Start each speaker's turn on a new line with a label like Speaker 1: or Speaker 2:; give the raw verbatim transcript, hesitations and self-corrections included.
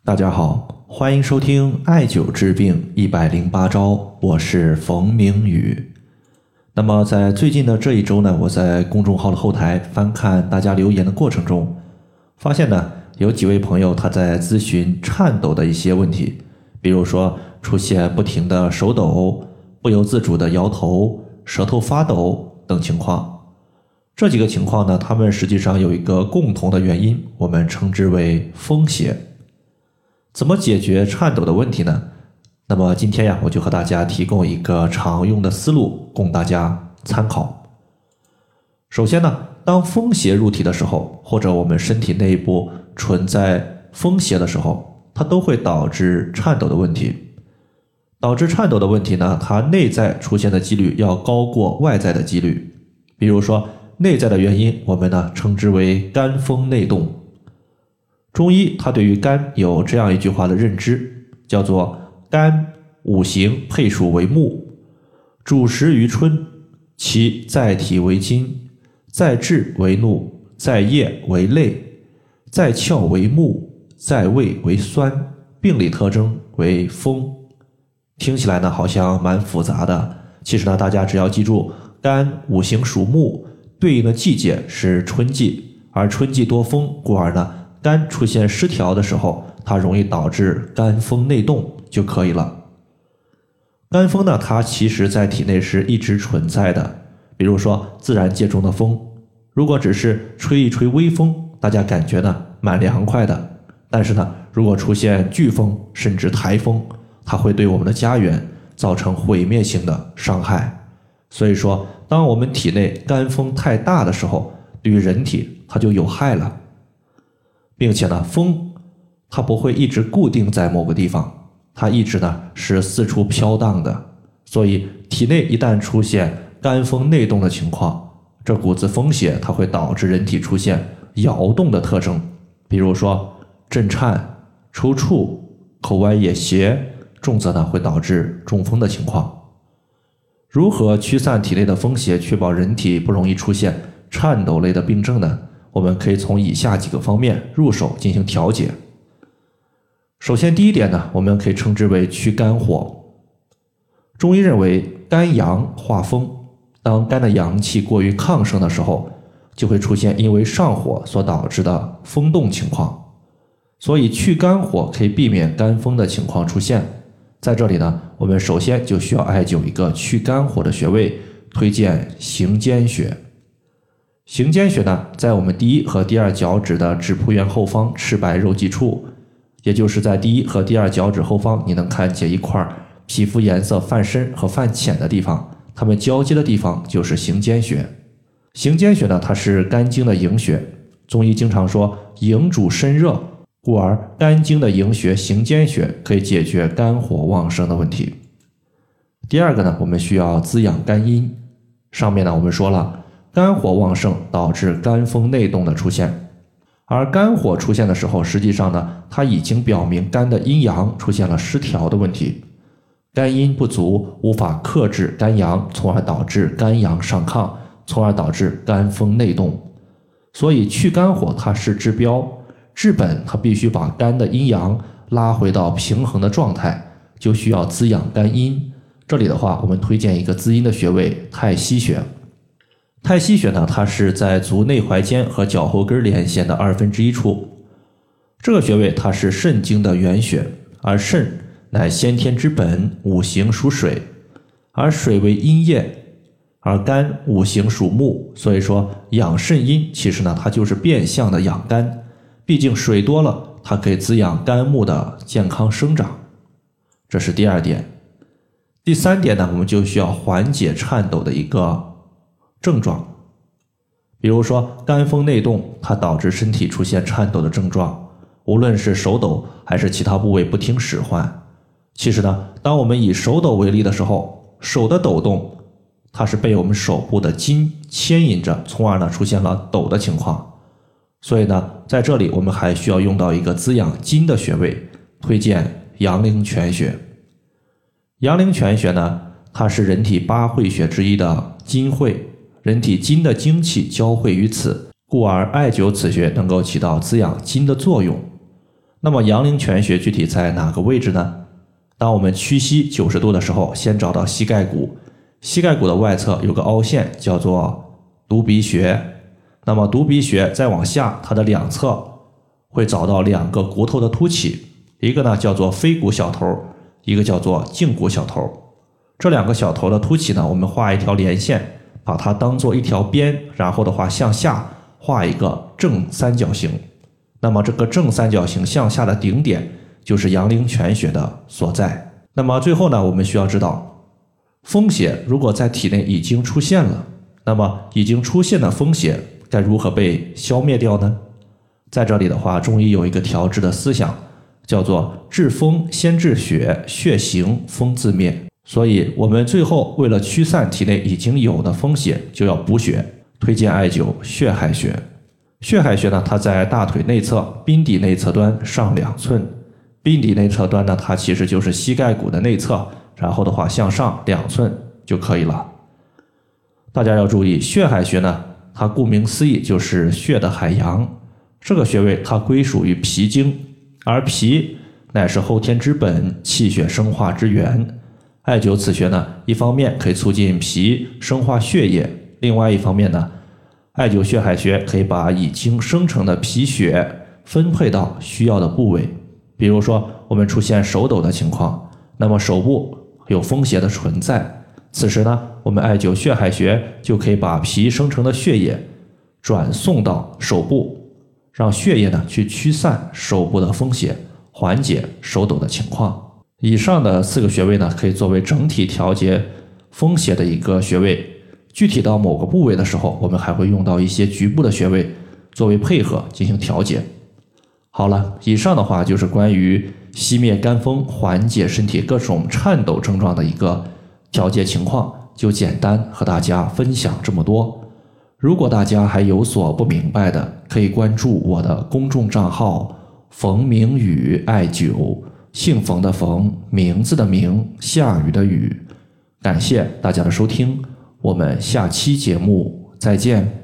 Speaker 1: 大家好，欢迎收听艾灸治病一百零八招，我是冯明宇。那么在最近的这一周呢，我在公众号的后台翻看大家留言的过程中，发现呢有几位朋友他在咨询颤抖的一些问题，比如说出现不停的手抖、不由自主的摇头、舌头发抖等情况。这几个情况呢，它们实际上有一个共同的原因，我们称之为风邪。怎么解决颤抖的问题呢？那么今天呀，我就和大家提供一个常用的思路，供大家参考。首先呢，当风邪入体的时候，或者我们身体内部存在风邪的时候，它都会导致颤抖的问题。导致颤抖的问题呢，它内在出现的几率要高过外在的几率。比如说内在的原因，我们呢称之为肝风内动。中医它对于肝有这样一句话的认知，叫做肝五行配属为木，主食于春，其载体为金，在志为怒，在液为泪，在窍为木，在胃为酸，病理特征为风。听起来呢好像蛮复杂的，其实呢大家只要记住，肝五行属木，对应的季节是春季，而春季多风，故而呢肝出现失调的时候，它容易导致肝风内动就可以了。肝风呢，它其实在体内是一直存在的。比如说自然界中的风，如果只是吹一吹微风，大家感觉呢蛮凉快的。但是呢，如果出现飓风甚至台风，它会对我们的家园造成毁灭性的伤害。所以说，当我们体内肝风太大的时候，对于人体它就有害了。并且呢，风它不会一直固定在某个地方，它一直呢是四处飘荡的。所以体内一旦出现肝风内动的情况，这股子风邪它会导致人体出现摇动的特征，比如说震颤、抽搐、口歪也斜，重则呢会导致中风的情况。如何驱散体内的风邪，确保人体不容易出现颤抖类的病症呢？我们可以从以下几个方面入手进行调节。首先第一点呢，我们可以称之为驱肝火。中医认为肝阳化风，当肝的阳气过于亢盛的时候，就会出现因为上火所导致的风动情况。所以去肝火可以避免肝风的情况出现。在这里呢，我们首先就需要艾灸一个去肝火的穴位，推荐行间穴。行间穴呢，在我们第一和第二脚趾的指扑缘后方赤白肉际处，也就是在第一和第二脚趾后方，你能看见一块皮肤颜色泛深和泛浅的地方，它们交接的地方就是行间穴。行间穴呢，它是肝经的营穴，中医经常说营主身热，故而肝经的营穴行间穴可以解决肝火旺盛的问题。第二个呢，我们需要滋养肝阴。上面呢我们说了，肝火旺盛导致肝风内动的出现，而肝火出现的时候，实际上呢，它已经表明肝的阴阳出现了失调的问题，肝阴不足，无法克制肝阳，从而导致肝阳上亢，从而导致肝风内动。所以去肝火它是治标，治本它必须把肝的阴阳拉回到平衡的状态，就需要滋养肝阴。这里的话，我们推荐一个滋阴的穴位太溪穴。太溪穴呢，它是在足内踝尖和脚后跟连线的二分之一处。这个穴位它是肾经的原穴，而肾乃先天之本，五行属水，而水为阴液，而肝五行属木，所以说养肾阴其实呢，它就是变相的养肝。毕竟水多了，它可以滋养肝木的健康生长。这是第二点。第三点呢，我们就需要缓解颤抖的一个症状。比如说肝风内动，它导致身体出现颤抖的症状，无论是手抖还是其他部位不听使唤。其实呢，当我们以手抖为例的时候，手的抖动它是被我们手部的筋牵引着，从而呢出现了抖的情况。所以呢，在这里我们还需要用到一个滋养筋的穴位，推荐阳陵泉穴。阳陵泉穴呢，它是人体八会穴之一的筋会，人体筋的精气交汇于此，故而艾灸此穴能够起到滋养筋的作用。 那么阳陵泉穴具体在哪个位置呢？当我们屈膝九十度的时候，先找到膝盖骨，膝盖骨的外侧有个凹陷，叫做犊鼻穴。那么犊鼻穴再往下，它的两侧会找到两个骨头的凸起，一个呢叫做腓骨小头，一个叫做胫骨小头。这两个小头的凸起呢，我们画一条连线，把它当做一条边，然后的话向下画一个正三角形。那么这个正三角形向下的顶点就是阳陵泉穴的所在。那么最后呢，我们需要知道，风邪如果在体内已经出现了，那么已经出现的风邪该如何被消灭掉呢？在这里的话，中医有一个调治的思想，叫做治风先治血，血行风自灭。所以我们最后为了驱散体内已经有的风邪，就要补血，推荐艾灸血海穴。血海穴呢，它在大腿内侧髌底内侧端上两寸，髌底内侧端呢，它其实就是膝盖骨的内侧，然后的话向上两寸就可以了。大家要注意，血海穴呢，它顾名思义就是血的海洋，这个穴位它归属于脾经，而脾乃是后天之本，气血生化之源。艾灸此穴呢，一方面可以促进脾生化血液，另外一方面呢，艾灸血海穴可以把已经生成的脾血分配到需要的部位。比如说我们出现手抖的情况，那么手部有风邪的存在，此时呢，我们艾灸血海穴就可以把脾生成的血液转送到手部，让血液呢去驱散手部的风邪，缓解手抖的情况。以上的四个穴位呢，可以作为整体调节风邪的一个穴位。具体到某个部位的时候，我们还会用到一些局部的穴位作为配合进行调节。好了，以上的话就是关于熄灭肝风、缓解身体各种颤抖症状的一个调节情况，就简单和大家分享这么多。如果大家还有所不明白的，可以关注我的公众账号冯明宇艾灸，姓冯的冯，名字的名，下雨的雨。感谢大家的收听，我们下期节目再见。